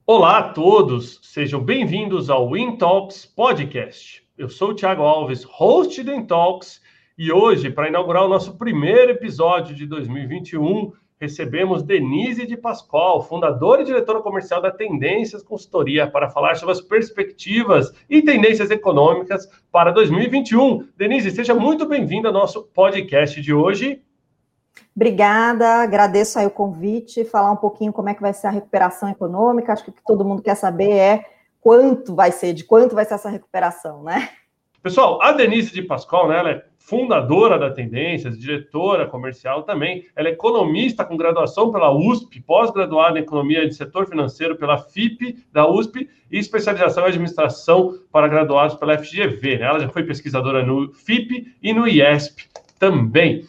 Olá a todos, sejam bem-vindos ao InTalks Podcast. Eu sou o Thiago Alves, host do InTalks, e hoje, para inaugurar o nosso primeiro episódio de 2021, recebemos Denise de Pascoal, fundadora e diretora comercial da Tendências Consultoria, para falar sobre as perspectivas e tendências econômicas para 2021. Denise, seja muito bem-vinda ao nosso podcast de hoje. Obrigada, agradeço aí o convite, falar um pouquinho como é que vai ser a recuperação econômica. Acho que o que todo mundo quer saber é de quanto vai ser essa recuperação, né? Pessoal, a Denise de Pascoal, né, ela é fundadora da Tendências, diretora comercial também, ela é economista com graduação pela USP, pós-graduada em economia de setor financeiro pela FIP da USP e especialização em administração para graduados pela FGV, né? Ela já foi pesquisadora no FIP e no IESP também.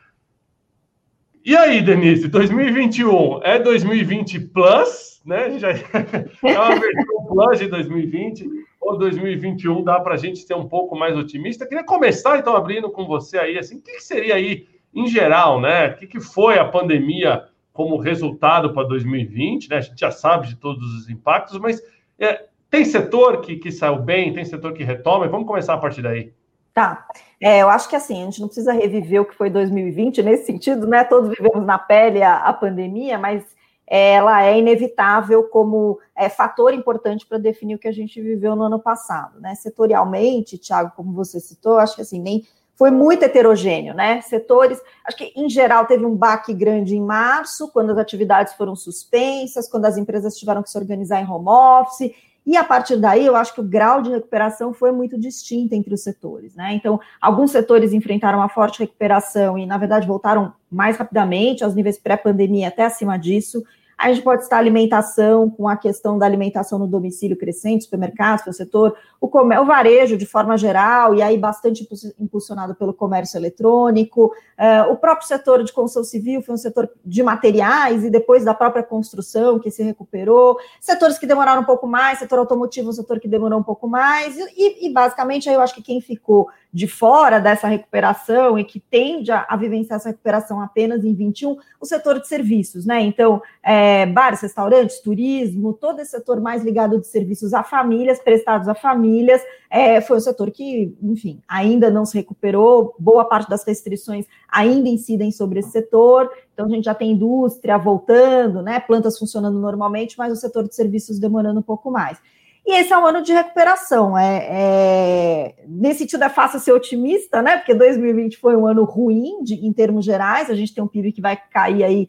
E aí, Denise, 2021 é 2020 Plus, né? Já é uma versão Plus de 2020, ou 2021 dá para a gente ser um pouco mais otimista. Queria começar, então, abrindo com você aí, assim, o que seria aí, em geral, né? O que foi a pandemia como resultado para 2020, né? A gente já sabe de todos os impactos, mas tem setor que saiu bem, tem setor que retoma, vamos começar a partir daí. Tá, eu acho que assim, a gente não precisa reviver o que foi 2020 nesse sentido, né? Todos vivemos na pele a pandemia, mas ela é inevitável como fator importante para definir o que a gente viveu no ano passado, né? Setorialmente, Thiago, como você citou, acho que assim, nem foi muito heterogêneo, né? Setores, acho que em geral teve um baque grande em março, quando as atividades foram suspensas, quando as empresas tiveram que se organizar em home office. E a partir daí, eu acho que o grau de recuperação foi muito distinto entre os setores, né? Então, alguns setores enfrentaram uma forte recuperação e, na verdade, voltaram mais rapidamente aos níveis pré-pandemia, até acima disso. A gente pode estar alimentação, com a questão da alimentação no domicílio crescente, supermercados, que é o setor, o varejo de forma geral, e aí bastante impulsionado pelo comércio eletrônico, o próprio setor de construção civil foi um setor de materiais e depois da própria construção que se recuperou, setores que demoraram um pouco mais, setor automotivo, um setor que demorou um pouco mais, e basicamente aí eu acho que quem ficou de fora dessa recuperação e que tende a vivenciar essa recuperação apenas em 21, o setor de serviços, né? Então, bares, restaurantes, turismo, todo esse setor mais ligado de serviços a famílias, prestados a famílias, foi um setor que, enfim, ainda não se recuperou, boa parte das restrições ainda incidem sobre esse setor, então a gente já tem indústria voltando, né? Plantas funcionando normalmente, mas o setor de serviços demorando um pouco mais. E esse é um ano de recuperação. Nesse sentido, é fácil ser otimista, né? Porque 2020 foi um ano ruim em termos gerais. A gente tem um PIB que vai cair aí,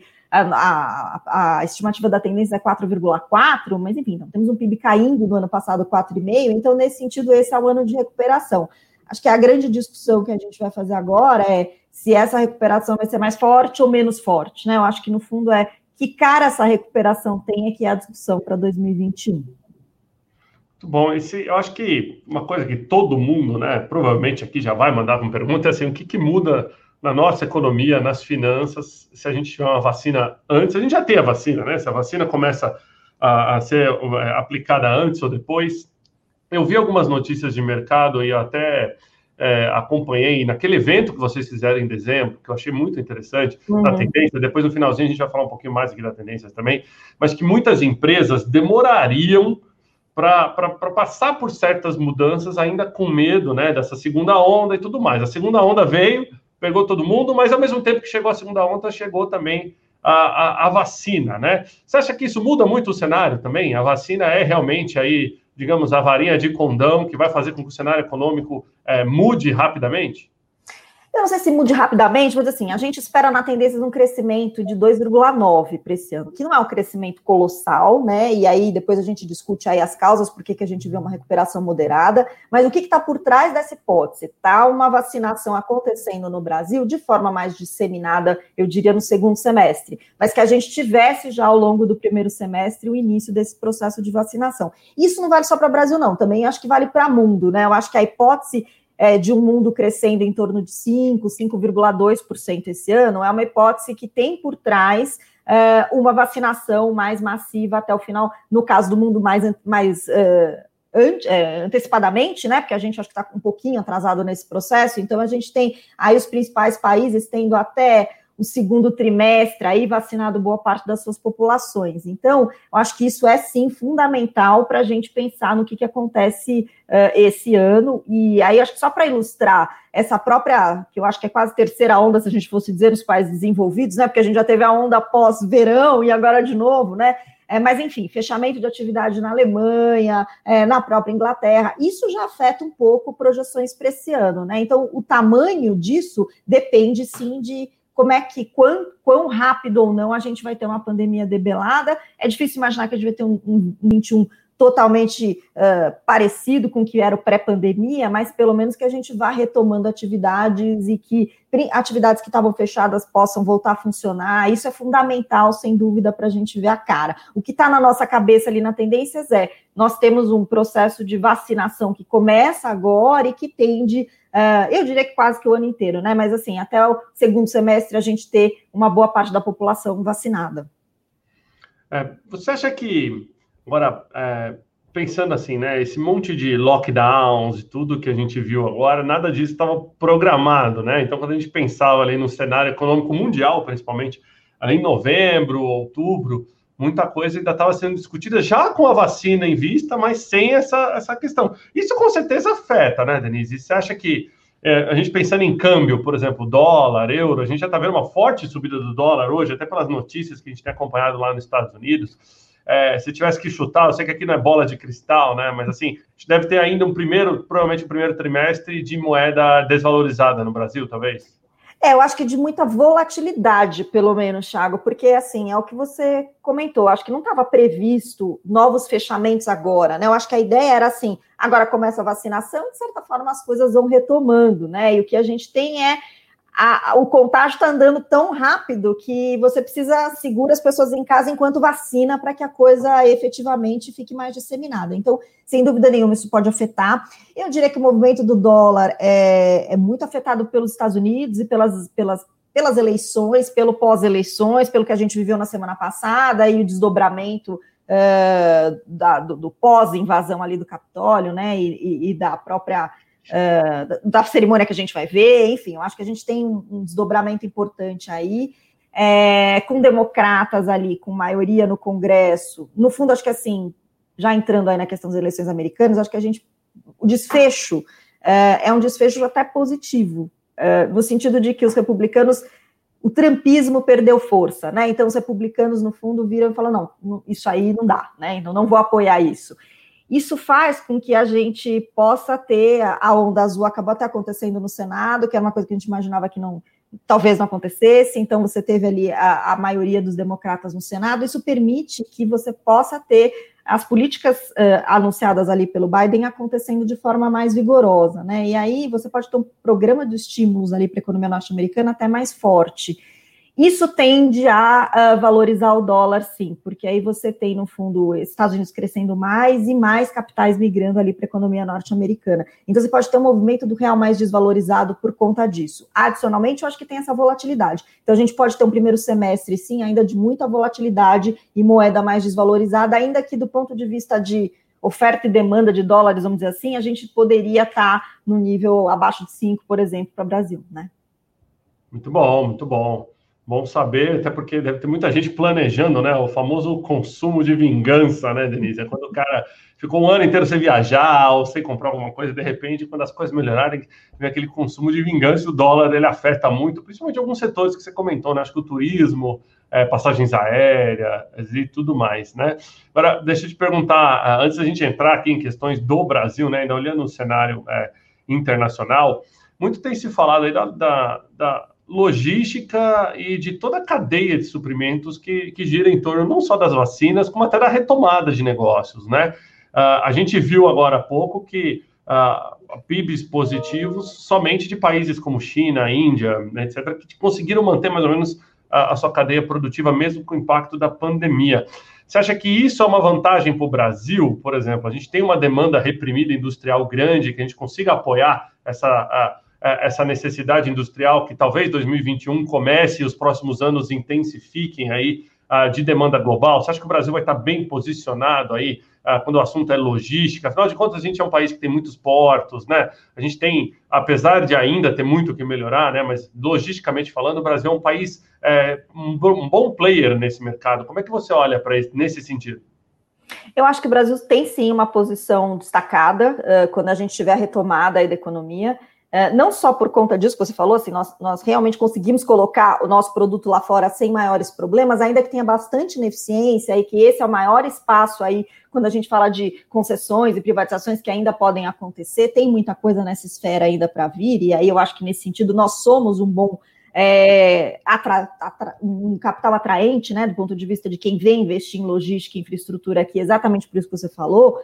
a estimativa da tendência é 4,4, mas enfim, então, temos um PIB caindo no ano passado 4,5, então, nesse sentido, esse é o ano de recuperação. Acho que a grande discussão que a gente vai fazer agora é se essa recuperação vai ser mais forte ou menos forte, né? Eu acho que, no fundo, que cara essa recuperação tem, que é a discussão para 2021. Muito bom. Eu acho que uma coisa que todo mundo, né, provavelmente aqui já vai mandar uma pergunta, é assim, o que muda na nossa economia, nas finanças, se a gente tiver uma vacina antes? A gente já tem a vacina, né? Se a vacina começa a ser aplicada antes ou depois. Eu vi algumas notícias de mercado e eu até acompanhei naquele evento que vocês fizeram em dezembro, que eu achei muito interessante, da tendência. Depois, no finalzinho, a gente vai falar um pouquinho mais aqui da tendência também, mas que muitas empresas demorariam para passar por certas mudanças, ainda com medo, né, dessa segunda onda e tudo mais. A segunda onda veio, pegou todo mundo, mas ao mesmo tempo que chegou a segunda onda, chegou também a vacina, né? Você acha que isso muda muito o cenário também? A vacina é realmente aí, digamos, a varinha de condão que vai fazer com que o cenário econômico mude rapidamente? Eu não sei se mude rapidamente, mas assim, a gente espera na tendência de um crescimento de 2,9 para esse ano, que não é um crescimento colossal, né? E aí depois a gente discute aí as causas, por que a gente vê uma recuperação moderada, mas o que está por trás dessa hipótese? Está uma vacinação acontecendo no Brasil de forma mais disseminada, eu diria, no segundo semestre, mas que a gente tivesse já ao longo do primeiro semestre o início desse processo de vacinação. Isso não vale só para o Brasil, não, também acho que vale para o mundo, né? Eu acho que a hipótese de um mundo crescendo em torno de 5,2% esse ano, é uma hipótese que tem por trás uma vacinação mais massiva até o final, no caso do mundo mais antecipadamente, né? Porque a gente acho que está um pouquinho atrasado nesse processo, então a gente tem aí os principais países tendo até o segundo trimestre, aí vacinado boa parte das suas populações. Então, eu acho que isso é, sim, fundamental para a gente pensar no que acontece esse ano. E aí, acho que só para ilustrar essa própria, que eu acho que é quase terceira onda, se a gente fosse dizer, nos países desenvolvidos, né? Porque a gente já teve a onda pós-verão e agora de novo, né? Mas, enfim, fechamento de atividade na Alemanha, na própria Inglaterra, isso já afeta um pouco projeções para esse ano, né? Então, o tamanho disso depende, sim, de como é que, quão rápido ou não a gente vai ter uma pandemia debelada. É difícil imaginar que a gente vai ter um 21 totalmente parecido com o que era o pré-pandemia, mas pelo menos que a gente vá retomando atividades e que atividades que estavam fechadas possam voltar a funcionar. Isso é fundamental, sem dúvida, para a gente ver a cara. O que está na nossa cabeça ali na Tendências nós temos um processo de vacinação que começa agora e que tende, eu diria que quase que o ano inteiro, né? Mas assim, até o segundo semestre a gente ter uma boa parte da população vacinada. Você acha que agora, pensando assim, né, esse monte de lockdowns e tudo que a gente viu agora, nada disso estava programado, né? Então, quando a gente pensava ali no cenário econômico mundial, principalmente, ali em novembro, outubro, muita coisa ainda estava sendo discutida já com a vacina em vista, mas sem essa questão. Isso com certeza afeta, né, Denise? E você acha que a gente pensando em câmbio, por exemplo, dólar, euro, a gente já está vendo uma forte subida do dólar hoje, até pelas notícias que a gente tem acompanhado lá nos Estados Unidos. Se tivesse que chutar, eu sei que aqui não é bola de cristal, né? Mas assim, a gente deve ter ainda provavelmente um primeiro trimestre de moeda desvalorizada no Brasil, talvez. Eu acho que de muita volatilidade, pelo menos, Thiago, porque assim, é o que você comentou, acho que não estava previsto novos fechamentos agora, né? Eu acho que a ideia era assim, agora começa a vacinação, de certa forma as coisas vão retomando, né? E o que a gente tem o contágio está andando tão rápido que você precisa segurar as pessoas em casa enquanto vacina para que a coisa efetivamente fique mais disseminada. Então, sem dúvida nenhuma, isso pode afetar. Eu diria que o movimento do dólar é muito afetado pelos Estados Unidos e pelas eleições, pelo pós-eleições, pelo que a gente viveu na semana passada e o desdobramento do pós-invasão ali do Capitólio, né, e da própria da cerimônia que a gente vai ver, enfim, eu acho que a gente tem um desdobramento importante aí, com democratas ali, com maioria no Congresso. No fundo, acho que assim, já entrando aí na questão das eleições americanas, acho que o desfecho é um desfecho até positivo, no sentido de que os republicanos, o trumpismo perdeu força, né? Então os republicanos, no fundo, viram e falam, não, isso aí não dá, né? Então não vou apoiar isso. Isso faz com que a gente possa ter a onda azul, acabou até acontecendo no Senado, que era uma coisa que a gente imaginava que talvez não acontecesse, então você teve ali a maioria dos democratas no Senado, isso permite que você possa ter as políticas anunciadas ali pelo Biden acontecendo de forma mais vigorosa, né? E aí você pode ter um programa de estímulos ali para a economia norte-americana até mais forte. Isso tende a valorizar o dólar, sim, porque aí você tem, no fundo, Estados Unidos crescendo mais e mais capitais migrando ali para a economia norte-americana. Então, você pode ter um movimento do real mais desvalorizado por conta disso. Adicionalmente, eu acho que tem essa volatilidade. Então, a gente pode ter um primeiro semestre, sim, ainda de muita volatilidade e moeda mais desvalorizada, ainda que do ponto de vista de oferta e demanda de dólares, vamos dizer assim, a gente poderia estar no nível abaixo de 5, por exemplo, para o Brasil, né? Muito bom, muito bom. Bom saber, até porque deve ter muita gente planejando, né? O famoso consumo de vingança, né, Denise? É quando o cara ficou um ano inteiro sem viajar ou sem comprar alguma coisa, de repente, quando as coisas melhorarem, vem aquele consumo de vingança e o dólar, ele afeta muito, principalmente alguns setores que você comentou, né? Acho que o turismo, passagens aéreas e tudo mais, né? Agora, deixa eu te perguntar, antes da gente entrar aqui em questões do Brasil, né? Ainda olhando o cenário internacional, muito tem se falado aí da logística e de toda a cadeia de suprimentos que gira em torno não só das vacinas, como até da retomada de negócios, né? A gente viu agora há pouco que PIBs positivos somente de países como China, Índia, né, etc., que conseguiram manter mais ou menos a sua cadeia produtiva, mesmo com o impacto da pandemia. Você acha que isso é uma vantagem para o Brasil, por exemplo? A gente tem uma demanda reprimida industrial grande, que a gente consiga apoiar essa necessidade industrial que talvez 2021 comece e os próximos anos intensifiquem aí de demanda global? Você acha que o Brasil vai estar bem posicionado aí quando o assunto é logística? Afinal de contas, a gente é um país que tem muitos portos, né? A gente tem, apesar de ainda ter muito o que melhorar, né? Mas logisticamente falando, o Brasil é um país, um bom player nesse mercado. Como é que você olha para isso nesse sentido? Eu acho que o Brasil tem sim uma posição destacada quando a gente tiver a retomada aí da economia. Não só por conta disso que você falou, assim, nós realmente conseguimos colocar o nosso produto lá fora sem maiores problemas, ainda que tenha bastante ineficiência e que esse é o maior espaço aí, quando a gente fala de concessões e privatizações que ainda podem acontecer, tem muita coisa nessa esfera ainda para vir, e aí eu acho que nesse sentido nós somos um bom um capital atraente, né, do ponto de vista de quem vem investir em logística e infraestrutura aqui, exatamente por isso que você falou.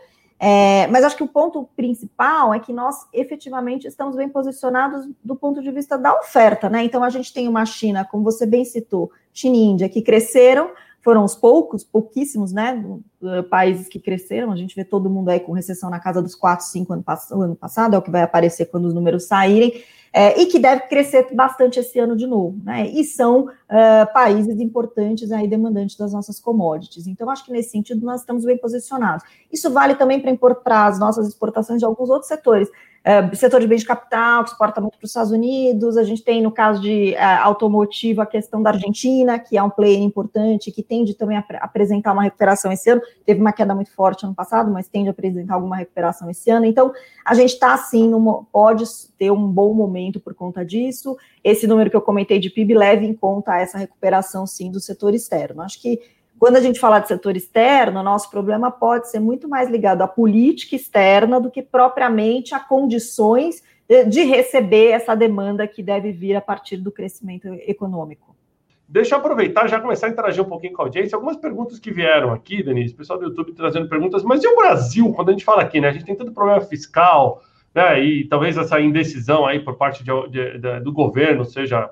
Mas acho que o ponto principal é que nós efetivamente estamos bem posicionados do ponto de vista da oferta, né? Então a gente tem uma China, como você bem citou, China e Índia, que cresceram, foram os pouquíssimos, né, países que cresceram. A gente vê todo mundo aí com recessão na casa dos 4, 5 ano passado, é o que vai aparecer quando os números saírem. E que deve crescer bastante esse ano de novo, né? E são países importantes aí, demandantes das nossas commodities. Então, acho que nesse sentido nós estamos bem posicionados. Isso vale também para as nossas exportações de alguns outros setores. Setor de bens de capital, que exporta muito para os Estados Unidos. A gente tem, no caso de automotivo, a questão da Argentina, que é um player importante, que tende também a apresentar uma recuperação esse ano. Teve uma queda muito forte ano passado, mas tende a apresentar alguma recuperação esse ano. Então, a gente está, sim, pode ter um bom momento por conta disso. Esse número que eu comentei de PIB leva em conta essa recuperação, sim, do setor externo. Acho que quando a gente fala de setor externo, nosso problema pode ser muito mais ligado à política externa do que propriamente a condições de receber essa demanda que deve vir a partir do crescimento econômico. Deixa eu aproveitar e já começar a interagir um pouquinho com a audiência. Algumas perguntas que vieram aqui, Denise, o pessoal do YouTube trazendo perguntas, mas e o Brasil, quando a gente fala aqui, né? A gente tem tanto problema fiscal, né? E talvez essa indecisão aí por parte do governo, seja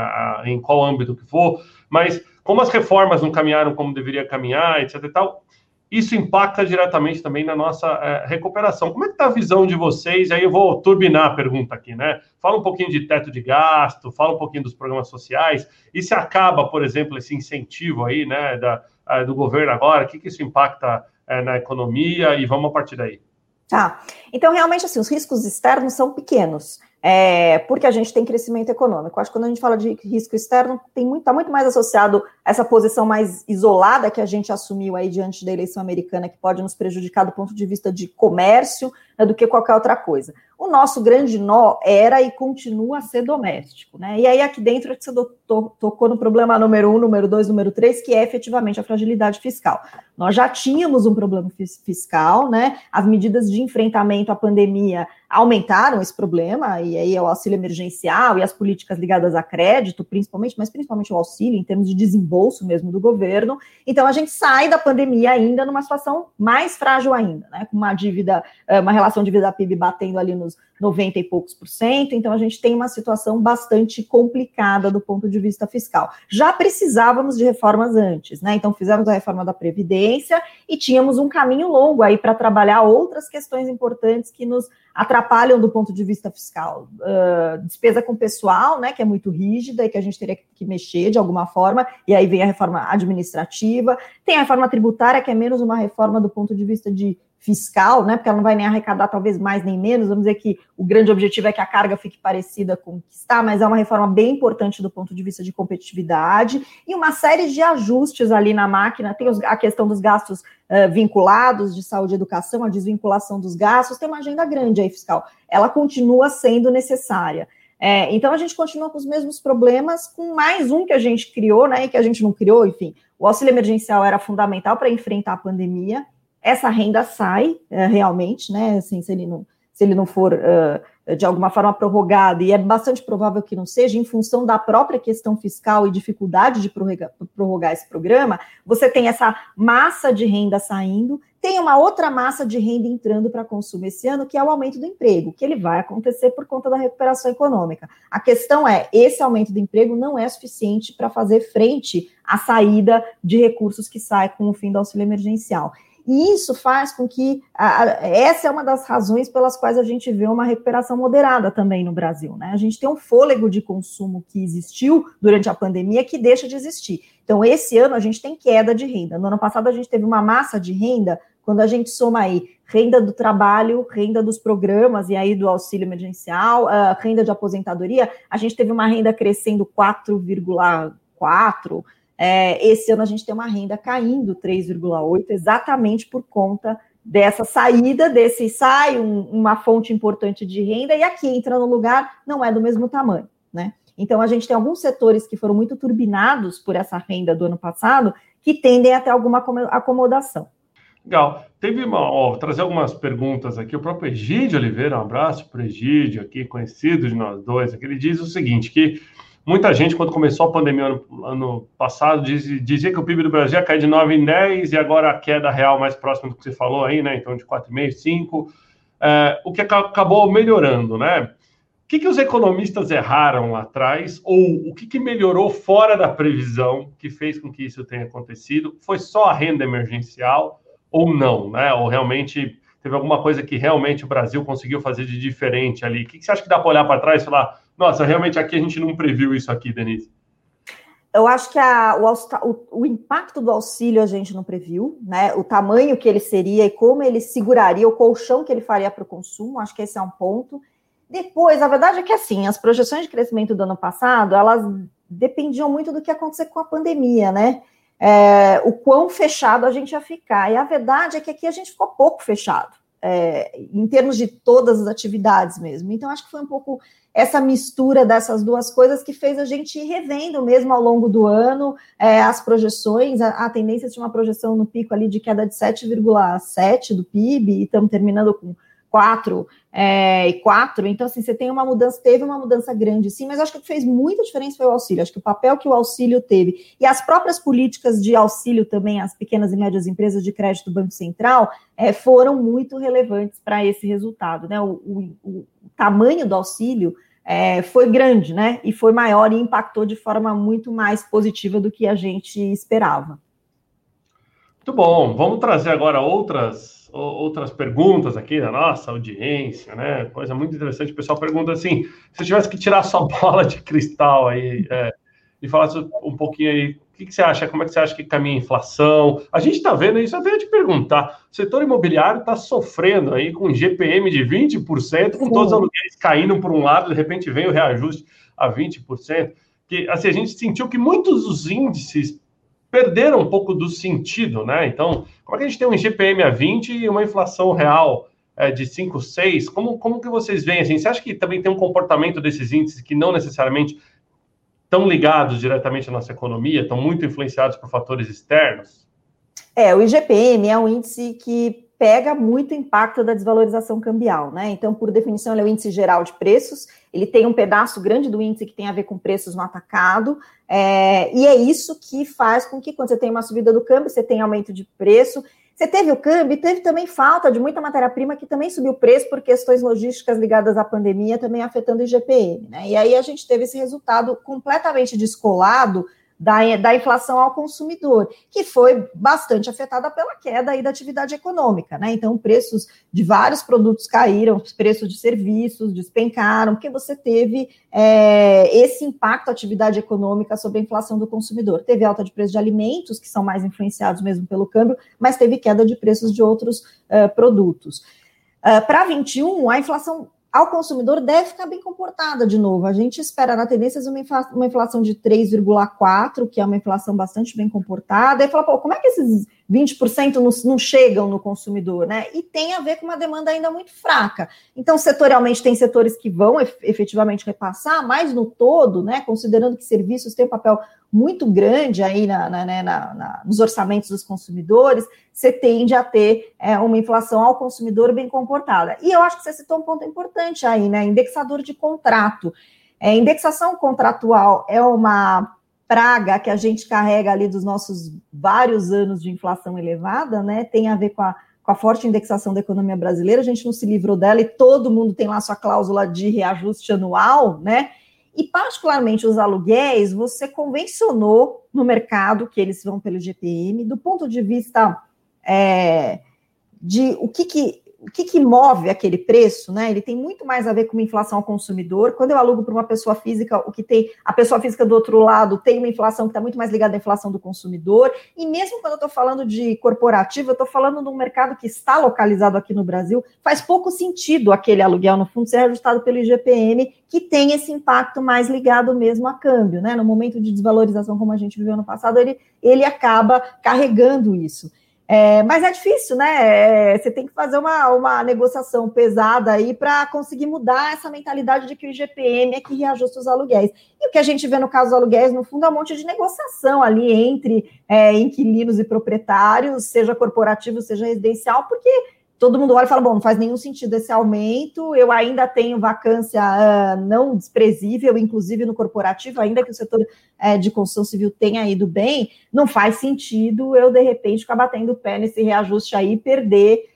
em qual âmbito que for, mas como as reformas não caminharam como deveria caminhar, etc e tal, isso impacta diretamente também na nossa recuperação. Como é que está a visão de vocês? Aí eu vou turbinar a pergunta aqui, né? Fala um pouquinho de teto de gasto, fala um pouquinho dos programas sociais, e se acaba, por exemplo, esse incentivo aí, né, do governo agora, o que isso impacta na economia, e vamos a partir daí. Tá, então realmente assim, os riscos externos são pequenos, porque a gente tem crescimento econômico. Acho que quando a gente fala de risco externo, está muito mais associado a essa posição mais isolada que a gente assumiu aí diante da eleição americana, que pode nos prejudicar do ponto de vista de comércio, né, do que qualquer outra coisa. O nosso grande nó era e continua a ser doméstico, né? E aí aqui dentro é que você tocou no problema número 1, número 2, número 3, que é efetivamente a fragilidade fiscal. Nós já tínhamos um problema fiscal, né? As medidas de enfrentamento à pandemia aumentaram esse problema, e aí é o auxílio emergencial e as políticas ligadas a crédito, principalmente, mas principalmente o auxílio, em termos de desembolso mesmo do governo. Então, a gente sai da pandemia ainda numa situação mais frágil ainda, né? Com uma dívida, uma relação de dívida PIB batendo ali nos 90 e poucos %, então a gente tem uma situação bastante complicada do ponto de vista fiscal. Já precisávamos de reformas antes, né? Então fizemos a reforma da Previdência e tínhamos um caminho longo aí para trabalhar outras questões importantes que nos atrapalham do ponto de vista fiscal. Despesa com pessoal, né, que é muito rígida e que a gente teria que mexer de alguma forma, e aí vem a reforma administrativa, tem a reforma tributária, que é menos uma reforma do ponto de vista de fiscal, né, porque ela não vai nem arrecadar talvez mais nem menos, vamos dizer que o grande objetivo é que a carga fique parecida com o que está, mas é uma reforma bem importante do ponto de vista de competitividade, e uma série de ajustes ali na máquina, tem a questão dos gastos vinculados de saúde e educação, a desvinculação dos gastos, tem uma agenda grande aí fiscal, ela continua sendo necessária. Então a gente continua com os mesmos problemas, com mais um que a gente criou, né, e que a gente não criou, enfim, o auxílio emergencial era fundamental para enfrentar a pandemia. Essa renda sai realmente, né? Assim, se ele não for de alguma forma prorrogado, e é bastante provável que não seja, em função da própria questão fiscal e dificuldade de prorrogar esse programa, você tem essa massa de renda saindo, tem uma outra massa de renda entrando para consumo esse ano, que é o aumento do emprego, que ele vai acontecer por conta da recuperação econômica. A questão é, esse aumento do emprego não é suficiente para fazer frente à saída de recursos que sai com o fim do auxílio emergencial. E isso faz com que, essa é uma das razões pelas quais a gente vê uma recuperação moderada também no Brasil, né? A gente tem um fôlego de consumo que existiu durante a pandemia que deixa de existir. Então, esse ano a gente tem queda de renda. No ano passado a gente teve uma massa de renda, quando a gente soma aí renda do trabalho, renda dos programas e aí do auxílio emergencial, renda de aposentadoria, a gente teve uma renda crescendo 4,4%. Esse ano a gente tem uma renda caindo 3,8%, exatamente por conta dessa saída, sai uma fonte importante de renda e aqui entra no lugar, não é do mesmo tamanho, né? Então a gente tem alguns setores que foram muito turbinados por essa renda do ano passado que tendem a ter alguma acomodação. Legal. Vou trazer algumas perguntas aqui. O próprio Egídio Oliveira, um abraço para o Egídio aqui, conhecido de nós dois. Aqui, ele diz o seguinte, que muita gente, quando começou a pandemia ano passado, dizia que o PIB do Brasil ia cair de 9 em 10 e agora a queda real mais próxima do que você falou aí, né? Então, de 4,5, 5. O que acabou melhorando, né? O que os economistas erraram lá atrás ou o que melhorou fora da previsão que fez com que isso tenha acontecido? Foi só a renda emergencial ou não, né? Ou realmente teve alguma coisa que realmente o Brasil conseguiu fazer de diferente ali? O que você acha que dá para olhar para trás e falar, nossa, realmente aqui a gente não previu isso aqui, Denise? Eu acho que o impacto do auxílio a gente não previu, né? O tamanho que ele seria e como ele seguraria, o colchão que ele faria para o consumo, acho que esse é um ponto. Depois, a verdade é que, assim, as projeções de crescimento do ano passado, elas dependiam muito do que ia acontecer com a pandemia, né? O quão fechado a gente ia ficar. E a verdade é que aqui a gente ficou pouco fechado, em termos de todas as atividades mesmo. Então, acho que foi um pouco essa mistura dessas duas coisas que fez a gente ir revendo mesmo ao longo do ano as projeções. A tendência tinha uma projeção no pico ali de queda de 7,7% do PIB, e estamos terminando com 4 e 4, então assim, você tem uma mudança, teve uma mudança grande sim, mas acho que o que fez muita diferença foi o auxílio. Acho que o papel que o auxílio teve, e as próprias políticas de auxílio também, as pequenas e médias empresas de crédito do Banco Central, foram muito relevantes para esse resultado, né? O tamanho do auxílio foi grande, né? E foi maior e impactou de forma muito mais positiva do que a gente esperava. Muito bom, vamos trazer agora outras perguntas aqui da nossa audiência, né? Coisa muito interessante. O pessoal pergunta assim: se eu tivesse que tirar sua bola de cristal aí e falar um pouquinho aí, o que você acha? Como é que você acha que caminha a inflação? A gente está vendo isso, até te perguntar. O setor imobiliário está sofrendo aí com GPM de 20%, com todos os aluguéis caindo por um lado, de repente vem o reajuste a 20%. Que assim, a gente sentiu que muitos dos índices perderam um pouco do sentido, né? Então, como é que a gente tem um IGPM a 20 e uma inflação real de 5, 6? Como que vocês veem assim? Você acha que também tem um comportamento desses índices que não necessariamente estão ligados diretamente à nossa economia, estão muito influenciados por fatores externos? O IGPM é um índice que pega muito impacto da desvalorização cambial, né? Então, por definição, ele é o índice geral de preços, ele tem um pedaço grande do índice que tem a ver com preços no atacado, e é isso que faz com que, quando você tem uma subida do câmbio, você tem aumento de preço. Você teve o câmbio e teve também falta de muita matéria-prima que também subiu o preço por questões logísticas ligadas à pandemia, também afetando o IGPM, né? E aí a gente teve esse resultado completamente descolado da inflação ao consumidor, que foi bastante afetada pela queda aí da atividade econômica, né? Então, preços de vários produtos caíram, os preços de serviços despencaram, porque você teve esse impacto da atividade econômica sobre a inflação do consumidor. Teve alta de preço de alimentos, que são mais influenciados mesmo pelo câmbio, mas teve queda de preços de outros produtos. Para 21, a inflação ao consumidor deve ficar bem comportada de novo. A gente espera na tendência uma inflação de 3,4%, que é uma inflação bastante bem comportada, e fala, como é que esses 20% não chegam no consumidor, né? E tem a ver com uma demanda ainda muito fraca. Então, setorialmente, tem setores que vão efetivamente repassar, mas no todo, né, considerando que serviços têm um papel muito grande aí nos orçamentos dos consumidores, você tende a ter uma inflação ao consumidor bem comportada. E eu acho que você citou um ponto importante aí, né? Indexador de contrato. Indexação contratual é uma praga que a gente carrega ali dos nossos vários anos de inflação elevada, né? Tem a ver com a forte indexação da economia brasileira, a gente não se livrou dela e todo mundo tem lá sua cláusula de reajuste anual, né? E, particularmente, os aluguéis, você convencionou no mercado que eles vão pelo IGPM. Do ponto de vista de o que move aquele preço, né? Ele tem muito mais a ver com uma inflação ao consumidor. Quando eu alugo para uma pessoa física, a pessoa física do outro lado tem uma inflação que está muito mais ligada à inflação do consumidor. E mesmo quando eu estou falando de corporativo, eu estou falando de um mercado que está localizado aqui no Brasil, faz pouco sentido aquele aluguel, no fundo, ser ajustado pelo IGPM, que tem esse impacto mais ligado mesmo a câmbio, né? No momento de desvalorização, como a gente viveu no passado, ele acaba carregando isso. Mas é difícil, né? Você tem que fazer uma negociação pesada aí para conseguir mudar essa mentalidade de que o IGPM é que reajusta os aluguéis. E o que a gente vê no caso dos aluguéis, no fundo, é um monte de negociação ali entre inquilinos e proprietários, seja corporativo, seja residencial, porque todo mundo olha e fala, bom, não faz nenhum sentido esse aumento, eu ainda tenho vacância não desprezível, inclusive no corporativo, ainda que o setor de construção civil tenha ido bem, não faz sentido eu, de repente, ficar batendo o pé nesse reajuste aí e perder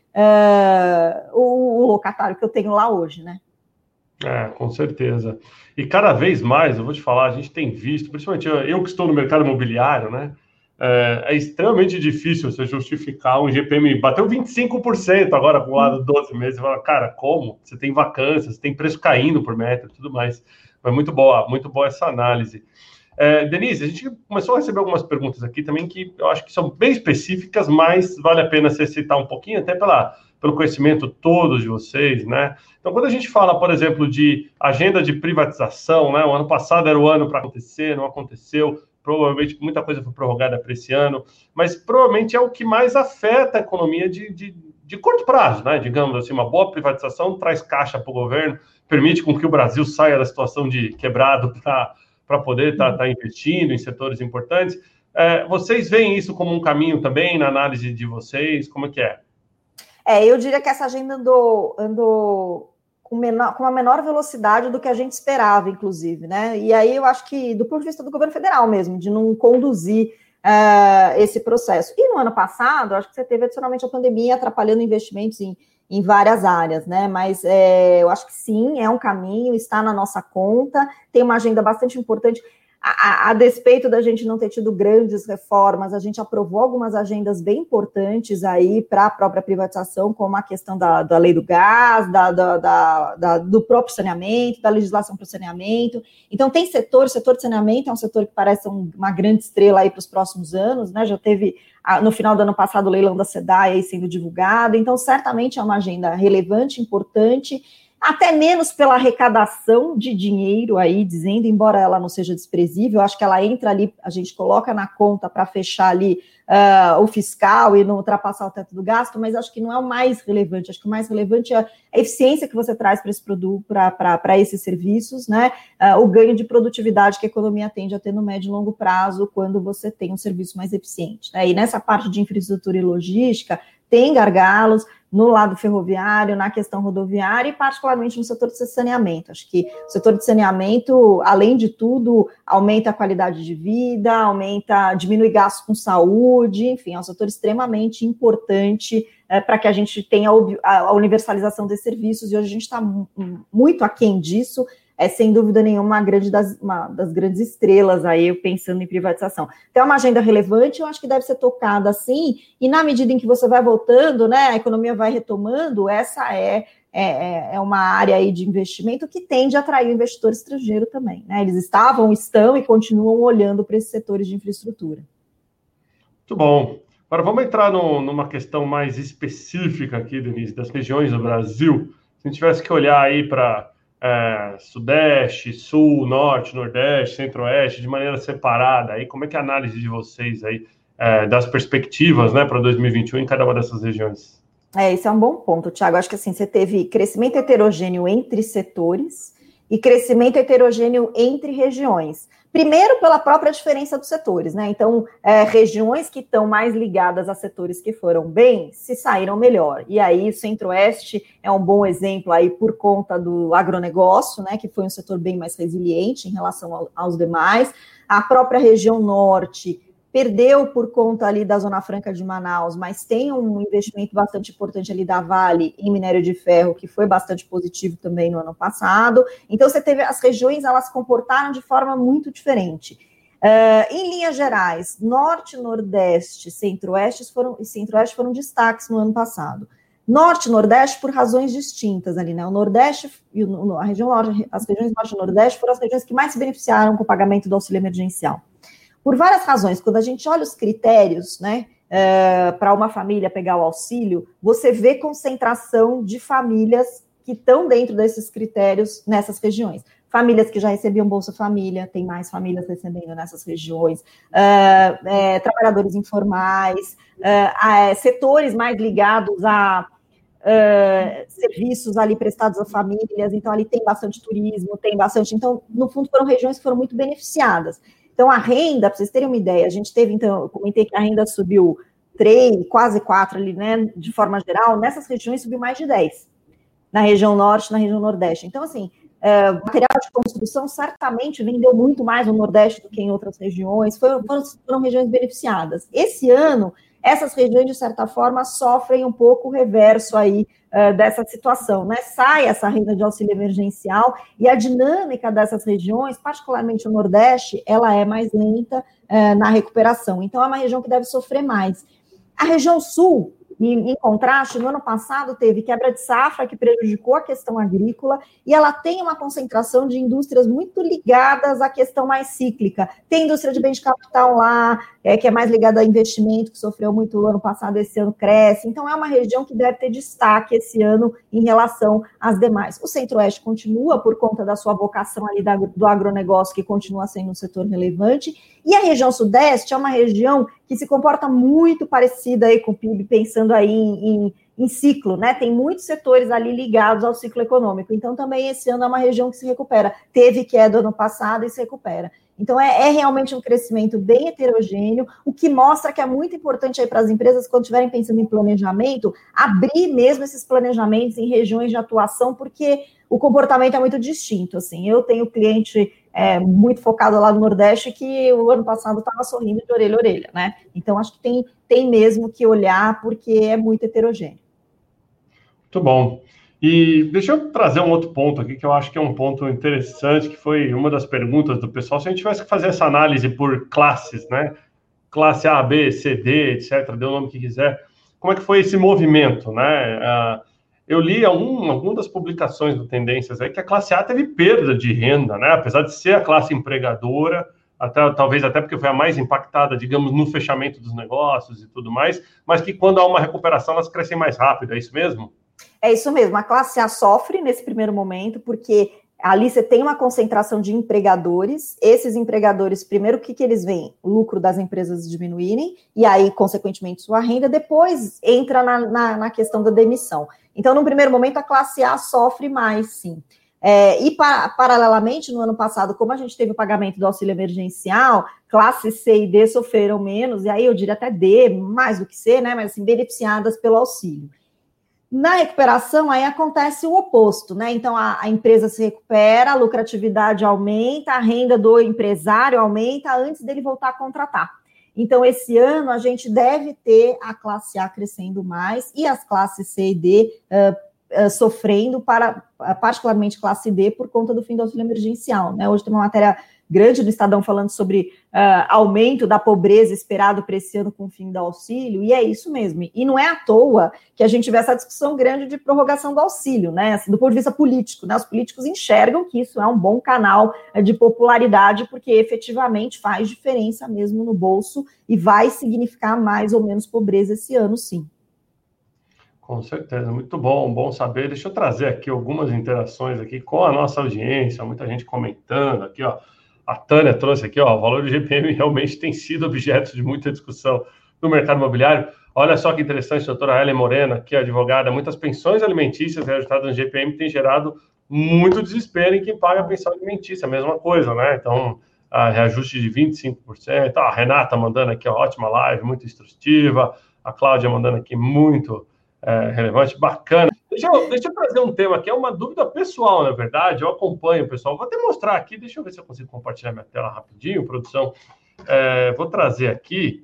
o locatário que eu tenho lá hoje, né? Com certeza. E cada vez mais, eu vou te falar, a gente tem visto, principalmente eu que estou no mercado imobiliário, né? É extremamente difícil você justificar um IGPM. Bateu 25% agora com o lado 12 meses. Você fala, cara, como? Você tem vacâncias, você tem preço caindo por metro e tudo mais. Mas muito boa essa análise. Denise, a gente começou a receber algumas perguntas aqui também que eu acho que são bem específicas, mas vale a pena você citar um pouquinho, até pelo conhecimento todo de vocês, né? Então, quando a gente fala, por exemplo, de agenda de privatização, né? O ano passado era o ano para acontecer, não aconteceu. Provavelmente muita coisa foi prorrogada para esse ano, mas provavelmente é o que mais afeta a economia de curto prazo, né? Digamos assim, uma boa privatização traz caixa para o governo, permite com que o Brasil saia da situação de quebrado para poder estar investindo em setores importantes. Vocês veem isso como um caminho também na análise de vocês? Como é que é? Eu diria que essa agenda andou com uma menor velocidade do que a gente esperava, inclusive, né? E aí eu acho que, do ponto de vista do governo federal mesmo, de não conduzir esse processo. E no ano passado, acho que você teve adicionalmente a pandemia atrapalhando investimentos em várias áreas, né? Mas eu acho que sim, é um caminho, está na nossa conta, tem uma agenda bastante importante. A despeito da gente não ter tido grandes reformas, a gente aprovou algumas agendas bem importantes aí para a própria privatização, como a questão da lei do gás, do próprio saneamento, da legislação para o saneamento. Então, tem o setor de saneamento é um setor que parece uma grande estrela aí para os próximos anos, né? Já teve, no final do ano passado, o leilão da SEDAI aí sendo divulgado. Então, certamente é uma agenda relevante, importante, até menos pela arrecadação de dinheiro aí, dizendo, embora ela não seja desprezível, acho que ela entra ali, a gente coloca na conta para fechar ali o fiscal e não ultrapassar o teto do gasto, mas acho que não é o mais relevante, acho que o mais relevante é a eficiência que você traz para esse produto, para esses serviços, né? O ganho de produtividade que a economia tende a ter no médio e longo prazo quando você tem um serviço mais eficiente, né? E nessa parte de infraestrutura e logística, tem gargalos no lado ferroviário, na questão rodoviária e particularmente no setor de saneamento. Acho que o setor de saneamento, além de tudo, aumenta a qualidade de vida, diminui gastos com saúde, enfim, é um setor extremamente importante para que a gente tenha a universalização desses serviços, e hoje a gente está muito aquém disso. Sem dúvida nenhuma, uma das grandes estrelas aí, pensando em privatização. Então, é uma agenda relevante, eu acho que deve ser tocada assim, e na medida em que você vai voltando, né, a economia vai retomando, essa é uma área aí de investimento que tende a atrair o investidor estrangeiro também, né? Eles estão e continuam olhando para esses setores de infraestrutura. Muito bom. Agora, vamos entrar numa questão mais específica aqui, Denise, das regiões do Brasil. Se a gente tivesse que olhar aí para Sudeste, Sul, Norte, Nordeste, Centro-Oeste, de maneira separada, aí, como é que é a análise de vocês aí das perspectivas, né, para 2021 em cada uma dessas regiões? Esse é um bom ponto, Thiago. Acho que assim, você teve crescimento heterogêneo entre setores e crescimento heterogêneo entre regiões. Primeiro, pela própria diferença dos setores, né? Então, regiões que estão mais ligadas a setores que foram bem, se saíram melhor. E aí, o Centro-Oeste é um bom exemplo aí por conta do agronegócio, né? Que foi um setor bem mais resiliente em relação aos demais. A própria região Norte perdeu por conta ali da Zona Franca de Manaus, mas tem um investimento bastante importante ali da Vale em minério de ferro, que foi bastante positivo também no ano passado. Então, você teve as regiões, elas se comportaram de forma muito diferente. Em linhas gerais, Norte, Nordeste, Centro-Oeste foram destaques no ano passado. Norte e Nordeste por razões distintas ali, né? O Nordeste e a região Norte, as regiões Norte e Nordeste foram as regiões que mais se beneficiaram com o pagamento do auxílio emergencial. Por várias razões. Quando a gente olha os critérios, né, para uma família pegar o auxílio, você vê concentração de famílias que estão dentro desses critérios nessas regiões. Famílias que já recebiam Bolsa Família, tem mais famílias recebendo nessas regiões, trabalhadores informais, setores mais ligados a serviços ali prestados a famílias, então ali tem bastante turismo, tem bastante, então no fundo foram regiões que foram muito beneficiadas. Então a renda, para vocês terem uma ideia, a gente teve, então, eu comentei que a renda subiu 3, quase 4 ali, né, de forma geral, nessas regiões subiu mais de 10, na região Norte, na região Nordeste, então assim, material de construção certamente vendeu muito mais no Nordeste do que em outras regiões, foram regiões beneficiadas. Esse ano, essas regiões, de certa forma, sofrem um pouco o reverso aí dessa situação, né? Sai essa renda de auxílio emergencial e a dinâmica dessas regiões, particularmente o Nordeste, ela é mais lenta na recuperação. Então, é uma região que deve sofrer mais. A região Sul, em contraste, no ano passado teve quebra de safra que prejudicou a questão agrícola e ela tem uma concentração de indústrias muito ligadas à questão mais cíclica. Tem indústria de bens de capital lá, que é mais ligada a investimento, que sofreu muito no ano passado, esse ano cresce. Então, é uma região que deve ter destaque esse ano em relação às demais. O Centro-Oeste continua por conta da sua vocação ali do agronegócio, que continua sendo um setor relevante. E a região Sudeste é uma região que se comporta muito parecida aí com o PIB, pensando aí em ciclo, né? Tem muitos setores ali ligados ao ciclo econômico. Então, também esse ano é uma região que se recupera. Teve queda ano passado e se recupera. Então, é realmente um crescimento bem heterogêneo, o que mostra que é muito importante aí para as empresas, quando estiverem pensando em planejamento, abrir mesmo esses planejamentos em regiões de atuação, porque o comportamento é muito distinto, assim. Eu tenho cliente muito focado lá no Nordeste que o ano passado estava sorrindo de orelha a orelha, né? Então, acho que tem mesmo que olhar, porque é muito heterogêneo. Muito bom. E deixa eu trazer um outro ponto aqui, que eu acho que é um ponto interessante, que foi uma das perguntas do pessoal. Se a gente tivesse que fazer essa análise por classes, né? Classe A, B, C, D, etc., dê o nome que quiser. Como é que foi esse movimento, né? Eu li algumas das publicações do Tendências aí que a classe A teve perda de renda, né? Apesar de ser a classe empregadora, talvez até porque foi a mais impactada, digamos, no fechamento dos negócios e tudo mais, mas que quando há uma recuperação elas crescem mais rápido, é isso mesmo? É isso mesmo, a classe A sofre nesse primeiro momento, porque ali você tem uma concentração de empregadores, esses empregadores, primeiro, o que eles veem? O lucro das empresas diminuírem, e aí, consequentemente, sua renda, depois entra na questão da demissão. Então, no primeiro momento, a classe A sofre mais, sim. Paralelamente, no ano passado, como a gente teve o pagamento do auxílio emergencial, classe C e D sofreram menos, e aí eu diria até D, mais do que C, né, mas assim, beneficiadas pelo auxílio. Na recuperação, aí acontece o oposto, né? Então, a empresa se recupera, a lucratividade aumenta, a renda do empresário aumenta antes dele voltar a contratar. Então, esse ano, a gente deve ter a classe A crescendo mais e as classes C e D sofrendo, particularmente classe D, por conta do fim do auxílio emergencial, né? Hoje tem uma matéria grande do Estadão falando sobre aumento da pobreza esperado para esse ano com o fim do auxílio, e é isso mesmo. E não é à toa que a gente vê essa discussão grande de prorrogação do auxílio, né? Assim, do ponto de vista político, né? Os políticos enxergam que isso é um bom canal de popularidade, porque efetivamente faz diferença mesmo no bolso e vai significar mais ou menos pobreza esse ano, sim. Com certeza, muito bom, bom saber. Deixa eu trazer aqui algumas interações aqui com a nossa audiência, muita gente comentando aqui, ó. A Tânia trouxe aqui, ó, o valor do GPM realmente tem sido objeto de muita discussão no mercado imobiliário. Olha só que interessante, a doutora Helen Morena, que é advogada, muitas pensões alimentícias reajustadas no GPM têm gerado muito desespero em quem paga a pensão alimentícia, a mesma coisa, né? Então, a reajuste de 25%. A Renata mandando aqui, ó, ótima live, muito instrutiva. A Cláudia mandando aqui, muito relevante, bacana. Deixa eu trazer um tema que é uma dúvida pessoal, na verdade. Eu acompanho o pessoal. Vou até mostrar aqui. Deixa eu ver se eu consigo compartilhar minha tela rapidinho, produção. Vou trazer aqui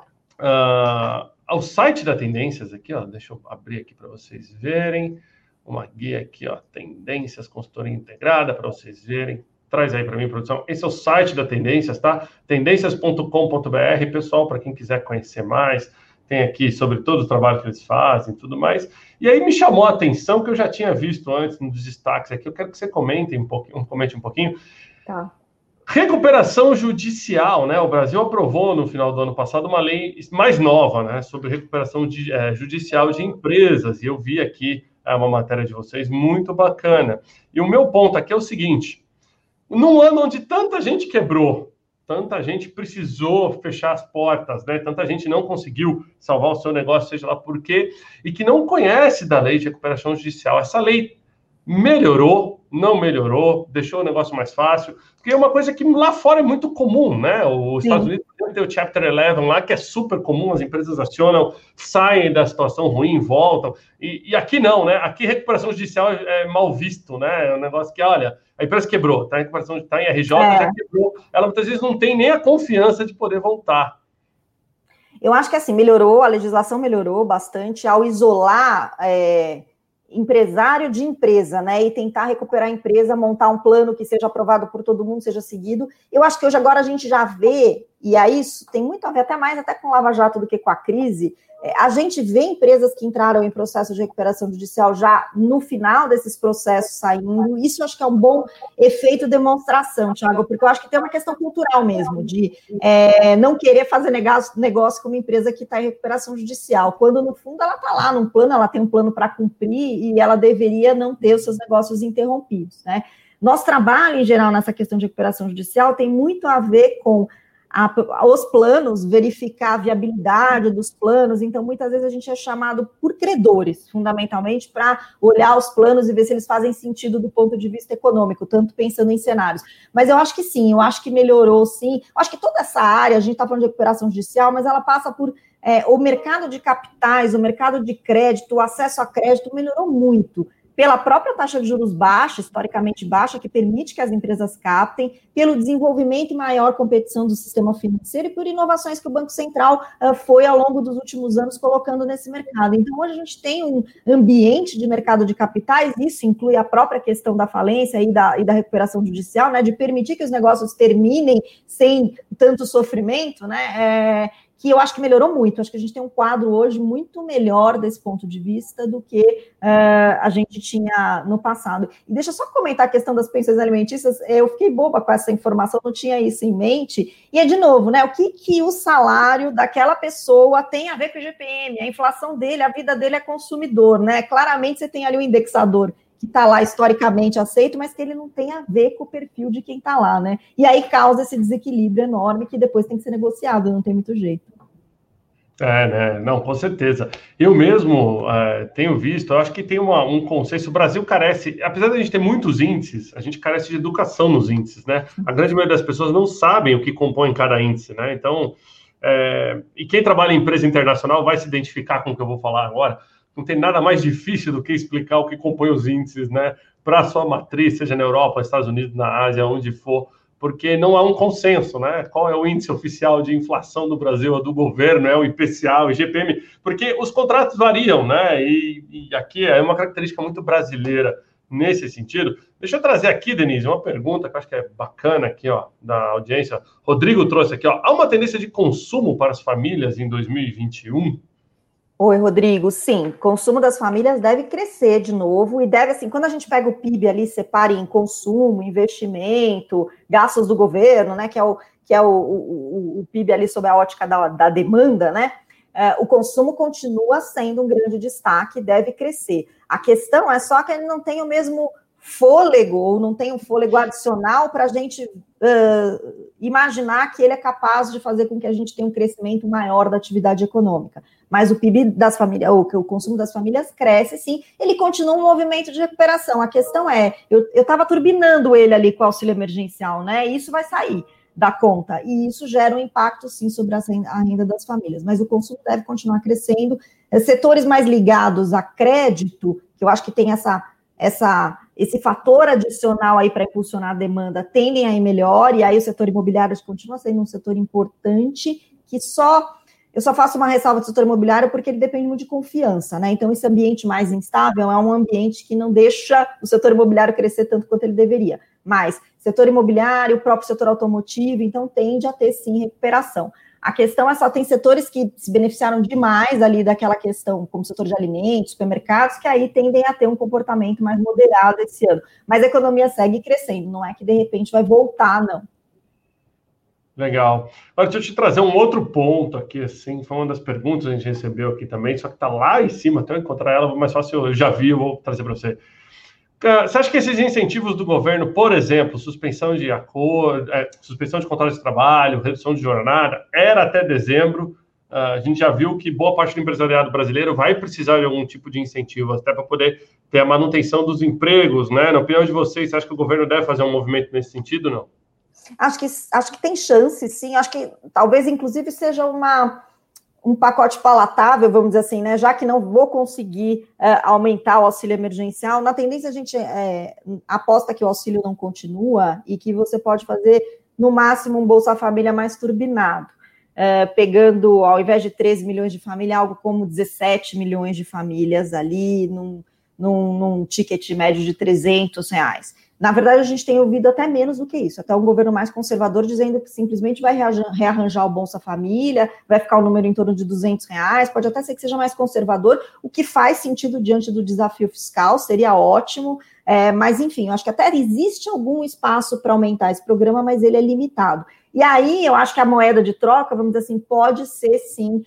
ao site da Tendências aqui, ó. Deixa eu abrir aqui para vocês verem. Uma guia aqui, ó. Tendências, consultoria integrada, para vocês verem Traz aí para mim, produção. Esse é o site da Tendências, tá? Tendências.com.br, pessoal, para quem quiser conhecer mais, tem aqui sobre todo o trabalho que eles fazem e tudo mais. E aí me chamou a atenção, que eu já tinha visto antes nos destaques aqui, eu quero que você comente um pouquinho. Tá. Recuperação judicial, né? O Brasil aprovou no final do ano passado uma lei mais nova, né? Sobre recuperação judicial de empresas. E eu vi aqui uma matéria de vocês muito bacana. E o meu ponto aqui é o seguinte: num ano onde tanta gente quebrou, tanta gente precisou fechar as portas, né? Tanta gente não conseguiu salvar o seu negócio, seja lá por quê, e que não conhece da lei de recuperação judicial. Essa lei melhorou, não melhorou, deixou o negócio mais fácil, porque é uma coisa que lá fora é muito comum, né? Os Estados Unidos tem o Chapter 11 lá, que é super comum, as empresas acionam, saem da situação ruim, voltam, e aqui não, né? Aqui recuperação judicial é mal visto, né? É um negócio que, olha, a empresa quebrou, tá em RJ, já quebrou, ela muitas vezes não tem nem a confiança de poder voltar. Eu acho que assim, melhorou, a legislação melhorou bastante ao isolar empresário de empresa, né, e tentar recuperar a empresa, montar um plano que seja aprovado por todo mundo, seja seguido. Eu acho que hoje agora a gente já vê, e aí isso tem muito a ver até mais com o Lava Jato do que com a crise, a gente vê empresas que entraram em processo de recuperação judicial já no final desses processos saindo. Isso eu acho que é um bom efeito demonstração, Thiago, porque eu acho que tem uma questão cultural mesmo, de não querer fazer negócio com uma empresa que está em recuperação judicial, quando no fundo ela está lá num plano, ela tem um plano para cumprir e ela deveria não ter os seus negócios interrompidos, né? Nosso trabalho, em geral, nessa questão de recuperação judicial tem muito a ver com os planos, verificar a viabilidade dos planos. Então, muitas vezes a gente é chamado por credores, fundamentalmente, para olhar os planos e ver se eles fazem sentido do ponto de vista econômico, tanto pensando em cenários. Mas eu acho que sim, eu acho que melhorou sim. Eu acho que toda essa área, a gente está falando de recuperação judicial, mas ela passa por o mercado de capitais, o mercado de crédito, o acesso a crédito melhorou muito. Pela própria taxa de juros baixa, historicamente baixa, que permite que as empresas captem, pelo desenvolvimento e maior competição do sistema financeiro e por inovações que o Banco Central foi, ao longo dos últimos anos, colocando nesse mercado. Então, hoje a gente tem um ambiente de mercado de capitais, isso inclui a própria questão da falência e da recuperação judicial, né, de permitir que os negócios terminem sem tanto sofrimento, né, que eu acho que melhorou muito. Acho que a gente tem um quadro hoje muito melhor desse ponto de vista do que a gente tinha no passado. E deixa eu só comentar a questão das pensões alimentícias. Eu fiquei boba com essa informação, não tinha isso em mente. E de novo, né? O que o salário daquela pessoa tem a ver com o IGPM? A inflação dele, a vida dele é consumidor, né? Claramente você tem ali um indexador que está lá historicamente aceito, mas que ele não tem a ver com o perfil de quem está lá, né? E aí causa esse desequilíbrio enorme que depois tem que ser negociado, não tem muito jeito. Né? Não, com certeza. Eu mesmo tenho visto, eu acho que tem um consenso. O Brasil carece, apesar de a gente ter muitos índices, a gente carece de educação nos índices, né? A grande maioria das pessoas não sabem o que compõe cada índice, né? Então, e quem trabalha em empresa internacional vai se identificar com o que eu vou falar agora. Não tem nada mais difícil do que explicar o que compõe os índices, né? Para a sua matriz, seja na Europa, Estados Unidos, na Ásia, onde for, porque não há um consenso, né? Qual é o índice oficial de inflação do Brasil, do governo, o IPCA, o IGPM, porque os contratos variam, né? E aqui é uma característica muito brasileira nesse sentido. Deixa eu trazer aqui, Denise, uma pergunta que eu acho que é bacana aqui, ó, da audiência. Rodrigo trouxe aqui, ó. Há uma tendência de consumo para as famílias em 2021? Oi, Rodrigo. Sim, consumo das famílias deve crescer de novo e deve, assim, quando a gente pega o PIB ali, separa em consumo, investimento, gastos do governo, né, que é o PIB ali sob a ótica da demanda, né, o consumo continua sendo um grande destaque, deve crescer. A questão é só que ele não tem o mesmo fôlego, ou não tem um fôlego adicional para a gente imaginar que ele é capaz de fazer com que a gente tenha um crescimento maior da atividade econômica. Mas o PIB das famílias, ou o consumo das famílias cresce, sim, ele continua um movimento de recuperação. A questão é, eu estava turbinando ele ali com o auxílio emergencial, né? E isso vai sair da conta, e isso gera um impacto, sim, sobre a renda das famílias. Mas o consumo deve continuar crescendo. Setores mais ligados a crédito, que eu acho que tem esse fator adicional aí para impulsionar a demanda, tendem a ir melhor, e aí o setor imobiliário continua sendo um setor importante, que eu só faço uma ressalva do setor imobiliário porque ele depende muito de confiança, né? Então, esse ambiente mais instável é um ambiente que não deixa o setor imobiliário crescer tanto quanto ele deveria. Mas setor imobiliário, o próprio setor automotivo, então tende a ter, sim, recuperação. A questão é só, tem setores que se beneficiaram demais ali daquela questão, como o setor de alimentos, supermercados, que aí tendem a ter um comportamento mais moderado esse ano. Mas a economia segue crescendo, não é que de repente vai voltar, não. Legal. Agora, deixa eu te trazer um outro ponto aqui, assim, foi uma das perguntas que a gente recebeu aqui também, só que está lá em cima, até eu encontrar ela, mais fácil, eu já vi, eu vou trazer para você. Você acha que esses incentivos do governo, por exemplo, suspensão de acordo, suspensão de contrato de trabalho, redução de jornada, era até dezembro, a gente já viu que boa parte do empresariado brasileiro vai precisar de algum tipo de incentivo, até para poder ter a manutenção dos empregos, né? Na opinião de vocês, você acha que o governo deve fazer um movimento nesse sentido, não? Acho que tem chance, sim. Acho que talvez, inclusive, seja um pacote palatável, vamos dizer assim, né? Já que não vou conseguir aumentar o auxílio emergencial, na tendência a gente aposta que o auxílio não continua e que você pode fazer, no máximo, um Bolsa Família mais turbinado, pegando, ao invés de 13 milhões de famílias, algo como 17 milhões de famílias ali, num ticket médio de R$300. Na verdade, a gente tem ouvido até menos do que isso, até um governo mais conservador dizendo que simplesmente vai rearranjar o Bolsa Família, vai ficar o número em torno de R$200, pode até ser que seja mais conservador, o que faz sentido diante do desafio fiscal, seria ótimo, mas enfim, eu acho que até existe algum espaço para aumentar esse programa, mas ele é limitado. E aí, eu acho que a moeda de troca, vamos dizer assim, pode ser sim,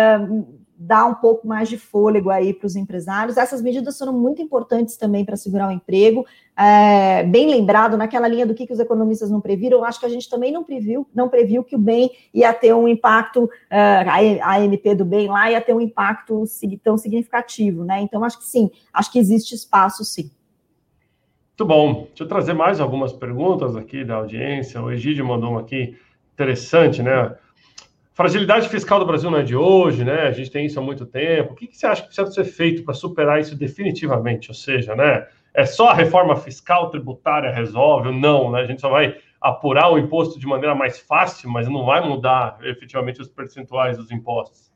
dar um pouco mais de fôlego aí para os empresários. Essas medidas foram muito importantes também para segurar o emprego, bem lembrado, naquela linha do que os economistas não previram, eu acho que a gente também não previu que o bem ia ter um impacto, a AMP do bem lá ia ter um impacto tão significativo, né? Então, acho que sim, acho que existe espaço, sim. Muito bom. Deixa eu trazer mais algumas perguntas aqui da audiência. O Egídio mandou uma aqui interessante, né? Fragilidade fiscal do Brasil não é de hoje, né? A gente tem isso há muito tempo. O que você acha que precisa ser feito para superar isso definitivamente? Ou seja, né? É só a reforma fiscal tributária resolve? Não, né? A gente só vai apurar o imposto de maneira mais fácil, mas não vai mudar efetivamente os percentuais dos impostos.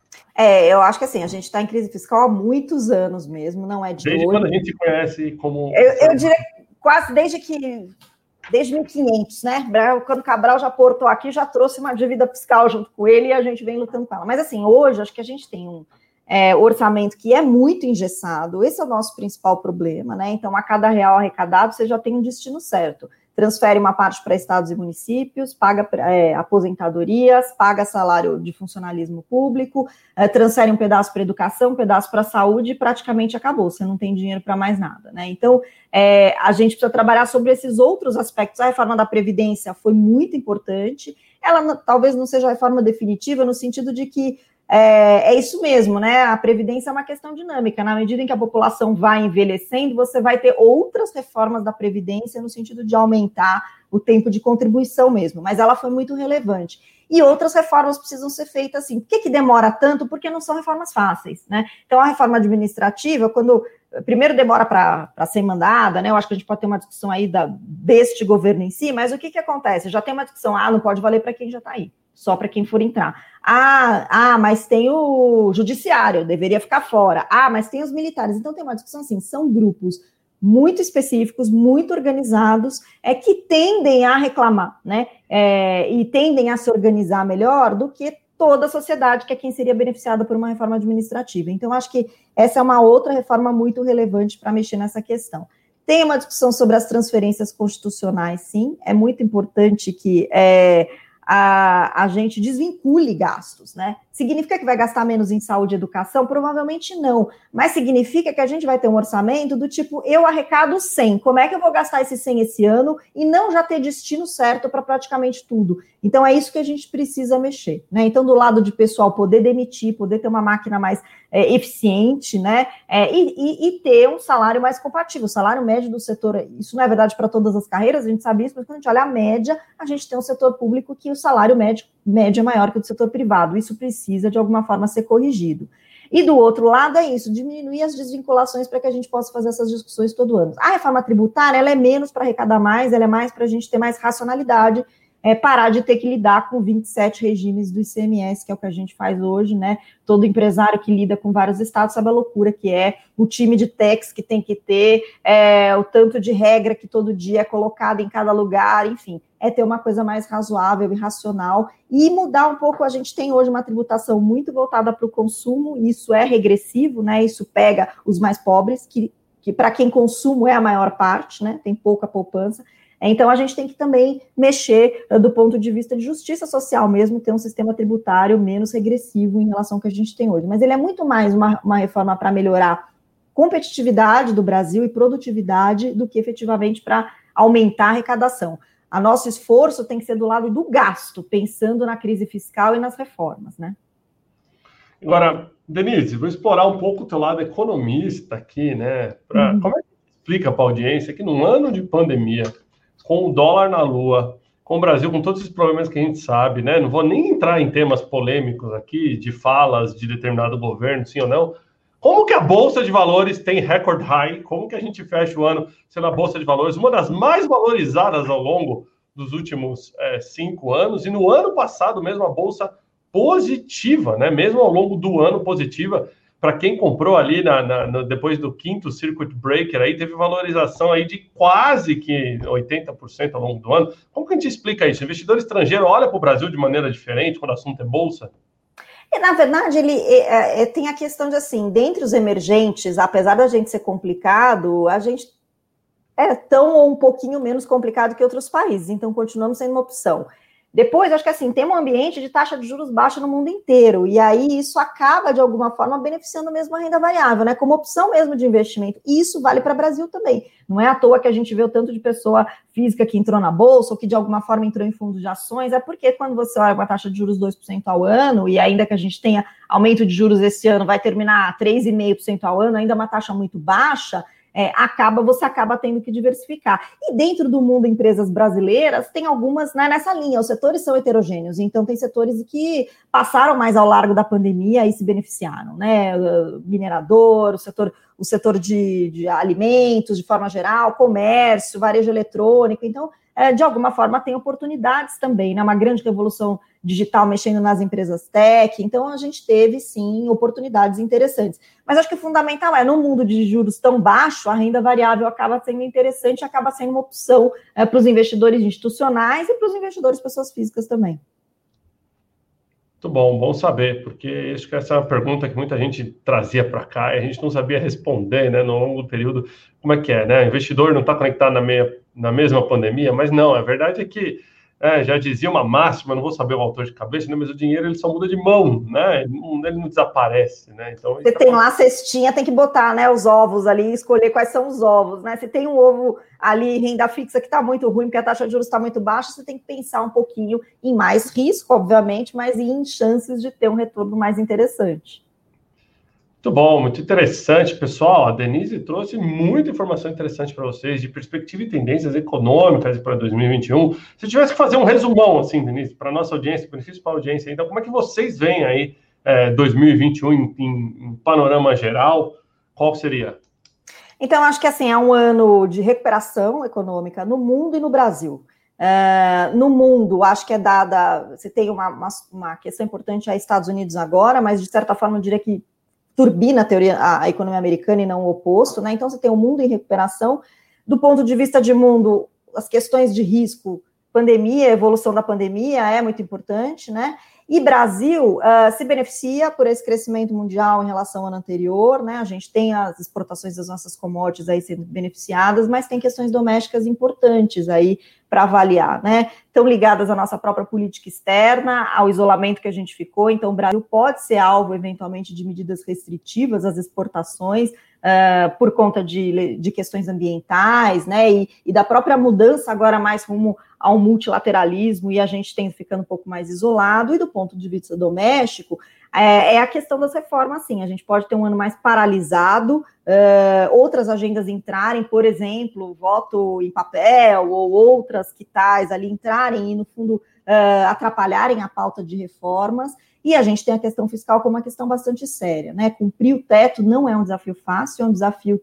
Eu acho que assim, a gente está em crise fiscal há muitos anos mesmo, não é de Desde hoje. quando a gente se conhece como... Eu diria quase desde 1500, né? Quando Cabral já portou aqui, já trouxe uma dívida fiscal junto com ele e a gente vem lutando com ela. Mas assim, hoje, acho que a gente tem um orçamento que é muito engessado, esse é o nosso principal problema, né? Então, a cada real arrecadado, você já tem um destino certo. Transfere uma parte para estados e municípios, paga aposentadorias, paga salário de funcionalismo público, transfere um pedaço para educação, um pedaço para saúde e praticamente acabou, você não tem dinheiro para mais nada, né? Então, a gente precisa trabalhar sobre esses outros aspectos. A reforma da Previdência foi muito importante, ela talvez não seja a reforma definitiva, no sentido de que é isso mesmo, né? A Previdência é uma questão dinâmica. Na medida em que a população vai envelhecendo, você vai ter outras reformas da Previdência no sentido de aumentar o tempo de contribuição mesmo, mas ela foi muito relevante. E outras reformas precisam ser feitas assim. Por que demora tanto? Porque não são reformas fáceis, né? Então, a reforma administrativa, primeiro demora para ser mandada, né? Eu acho que a gente pode ter uma discussão aí deste governo em si, mas o que acontece? Já tem uma discussão, não pode valer para quem já está aí, só para quem for entrar. Mas tem o judiciário, deveria ficar fora. Mas tem os militares. Então tem uma discussão assim, são grupos muito específicos, muito organizados, que tendem a reclamar, né? E tendem a se organizar melhor do que toda a sociedade, que é quem seria beneficiada por uma reforma administrativa. Então, acho que essa é uma outra reforma muito relevante para mexer nessa questão. Tem uma discussão sobre as transferências constitucionais, sim, é muito importante que a gente desvincule gastos, né? Significa que vai gastar menos em saúde e educação? Provavelmente não, mas significa que a gente vai ter um orçamento do tipo, eu arrecado 100, como é que eu vou gastar esse 100 esse ano e não já ter destino certo para praticamente tudo? Então, é isso que a gente precisa mexer, né? Então, do lado de pessoal, poder demitir, poder ter uma máquina mais eficiente, né? E ter um salário mais compatível. O salário médio do setor, isso não é verdade para todas as carreiras, a gente sabe isso, mas quando a gente olha a média, a gente tem um setor público que o salário médio é maior que o do setor privado. Isso precisa, de alguma forma, ser corrigido. E do outro lado é isso, diminuir as desvinculações para que a gente possa fazer essas discussões todo ano. A reforma tributária, ela é menos para arrecadar mais, ela é mais para a gente ter mais racionalidade parar de ter que lidar com 27 regimes do ICMS, que é o que a gente faz hoje, né? Todo empresário que lida com vários estados sabe a loucura que é, o time de tax que tem que ter, o tanto de regra que todo dia é colocado em cada lugar, enfim, é ter uma coisa mais razoável e racional e mudar um pouco. A gente tem hoje uma tributação muito voltada para o consumo, e isso é regressivo, né? Isso pega os mais pobres, que para quem consumo é a maior parte, né? Tem pouca poupança. Então, a gente tem que também mexer do ponto de vista de justiça social mesmo, ter um sistema tributário menos regressivo em relação ao que a gente tem hoje. Mas ele é muito mais uma reforma para melhorar competitividade do Brasil e produtividade do que efetivamente para aumentar a arrecadação. O nosso esforço tem que ser do lado do gasto, pensando na crise fiscal e nas reformas, né? Agora, Denise, vou explorar um pouco o teu lado economista aqui, né? Como é que explica para a audiência que num ano de pandemia, com o dólar na lua, com o Brasil, com todos esses problemas que a gente sabe, né? Não vou nem entrar em temas polêmicos aqui, de falas de determinado governo, sim ou não. Como que a Bolsa de Valores tem record high? Como que a gente fecha o ano sendo a Bolsa de Valores uma das mais valorizadas ao longo dos últimos 5 anos? E no ano passado mesmo a Bolsa positiva, né? Mesmo ao longo do ano positiva. Para quem comprou ali depois do quinto circuit breaker, aí teve valorização aí de quase que 80% ao longo do ano. Como que a gente explica isso? O investidor estrangeiro olha para o Brasil de maneira diferente quando o assunto é bolsa? Na verdade, ele tem a questão de, assim, dentre os emergentes, apesar da gente ser complicado, a gente é tão ou um pouquinho menos complicado que outros países, então continuamos sendo uma opção. Depois, acho que assim, tem um ambiente de taxa de juros baixa no mundo inteiro, e aí isso acaba, de alguma forma, beneficiando mesmo a renda variável, né, como opção mesmo de investimento, e isso vale para o Brasil também. Não é à toa que a gente vê o tanto de pessoa física que entrou na Bolsa, ou que de alguma forma entrou em fundos de ações, é porque quando você olha uma taxa de juros 2% ao ano, e ainda que a gente tenha aumento de juros esse ano, vai terminar 3,5% ao ano, ainda uma taxa muito baixa, você acaba tendo que diversificar. E dentro do mundo empresas brasileiras, tem algumas, né, nessa linha, os setores são heterogêneos, então tem setores que passaram mais ao largo da pandemia e se beneficiaram, né, minerador, o setor de alimentos, de forma geral, comércio, varejo eletrônico, então, de alguma forma, tem oportunidades também, né, uma grande revolução digital mexendo nas empresas tech, então a gente teve, sim, oportunidades interessantes. Mas acho que o fundamental no mundo de juros tão baixo, a renda variável acaba sendo interessante, acaba sendo uma opção para os investidores institucionais e para os investidores pessoas físicas também. Muito bom saber, porque acho que essa é uma pergunta que muita gente trazia para cá e a gente não sabia responder, né, no longo do período, como é que é, né? O investidor não está conectado na mesma pandemia, mas não, a verdade é que já dizia uma máxima, não vou saber o autor de cabeça, né, mas o dinheiro ele só muda de mão, né? Ele não desaparece, né? Então, você tem lá a cestinha, tem que botar, né, os ovos ali, escolher quais são os ovos, né? Se tem um ovo ali, renda fixa, que está muito ruim, porque a taxa de juros está muito baixa, você tem que pensar um pouquinho em mais risco, obviamente, mas em chances de ter um retorno mais interessante. Muito bom, muito interessante, pessoal. A Denise trouxe muita informação interessante para vocês de perspectiva e tendências econômicas para 2021. Se tivesse que fazer um resumão, assim, Denise, para a nossa audiência, benefício para a audiência, então, como é que vocês veem aí 2021 em panorama geral? Qual seria? Então, acho que assim, é um ano de recuperação econômica no mundo e no Brasil. No mundo, acho que você tem uma questão importante a Estados Unidos agora, mas de certa forma eu diria que turbina a economia americana e não o oposto, né? Então você tem o mundo em recuperação. Do ponto de vista de mundo, as questões de risco, pandemia, evolução da pandemia é muito importante, né? E Brasil se beneficia por esse crescimento mundial em relação ao ano anterior, né? A gente tem as exportações das nossas commodities aí sendo beneficiadas, mas tem questões domésticas importantes aí para avaliar, né? Estão ligadas à nossa própria política externa, ao isolamento que a gente ficou, então o Brasil pode ser alvo, eventualmente, de medidas restritivas às exportações, por conta de questões ambientais, né, e da própria mudança agora mais rumo ao multilateralismo, e a gente tem ficando um pouco mais isolado, e do ponto de vista doméstico, é a questão das reformas, sim, a gente pode ter um ano mais paralisado, outras agendas entrarem, por exemplo, voto em papel, ou outras quitais ali entrarem e, no fundo, atrapalharem a pauta de reformas. E a gente tem a questão fiscal como uma questão bastante séria, né? Cumprir o teto não é um desafio fácil, é um desafio que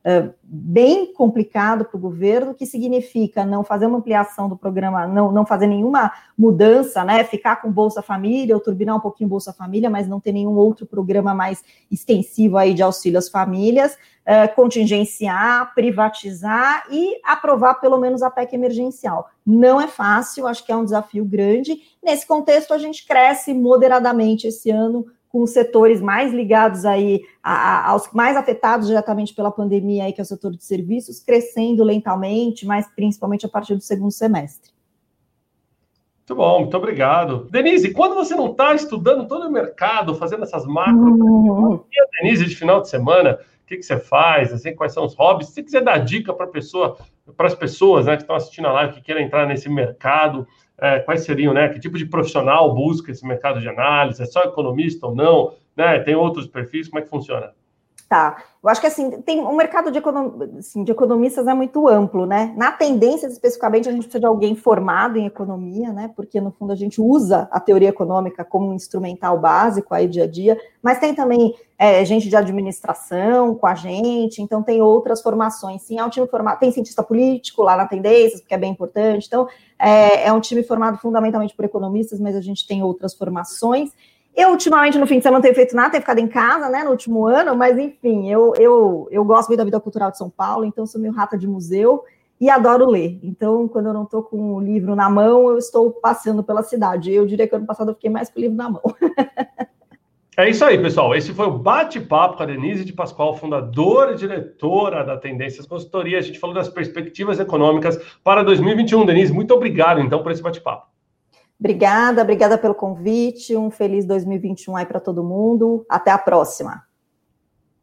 bem complicado para o governo, que significa não fazer uma ampliação do programa, não fazer nenhuma mudança, né, ficar com Bolsa Família, ou turbinar um pouquinho Bolsa Família, mas não ter nenhum outro programa mais extensivo aí de auxílio às famílias, contingenciar, privatizar e aprovar pelo menos a PEC emergencial. Não é fácil, acho que é um desafio grande. Nesse contexto, a gente cresce moderadamente esse ano, com os setores mais ligados aí aos mais afetados diretamente pela pandemia, aí, que é o setor de serviços, crescendo lentamente, mas principalmente a partir do segundo semestre. Muito bom, muito obrigado. Denise, quando você não está estudando todo o mercado, fazendo essas macro, e a Denise de final de semana, o que você faz? Assim, quais são os hobbies? Se você quiser dar dica para as pessoas, né, que estão assistindo a live, que querem entrar nesse mercado, quais seriam, né? Que tipo de profissional busca esse mercado de análise? É só economista ou não? Né? Tem outros perfis? Como é que funciona? Tá, eu acho que assim, tem um mercado de economistas é muito amplo, né? Na tendência, especificamente, a gente precisa de alguém formado em economia, né? Porque, no fundo, a gente usa a teoria econômica como um instrumental básico aí dia a dia, mas tem também gente de administração com a gente, então tem outras formações, sim, é um time formado, tem cientista político lá na Tendências, porque é bem importante, então é um time formado fundamentalmente por economistas, mas a gente tem outras formações. Eu, ultimamente, no fim de semana, não tenho feito nada, tenho ficado em casa, né, no último ano, mas, enfim, eu gosto muito da vida cultural de São Paulo, então sou meio rata de museu e adoro ler. Então, quando eu não estou com o livro na mão, eu estou passeando pela cidade. Eu diria que ano passado eu fiquei mais com o livro na mão. É isso aí, pessoal. Esse foi o bate-papo com a Denise de Pascoal, fundadora e diretora da Tendências Consultoria. A gente falou das perspectivas econômicas para 2021. Denise, muito obrigado, então, por esse bate-papo. Obrigada pelo convite, um feliz 2021 aí para todo mundo, até a próxima.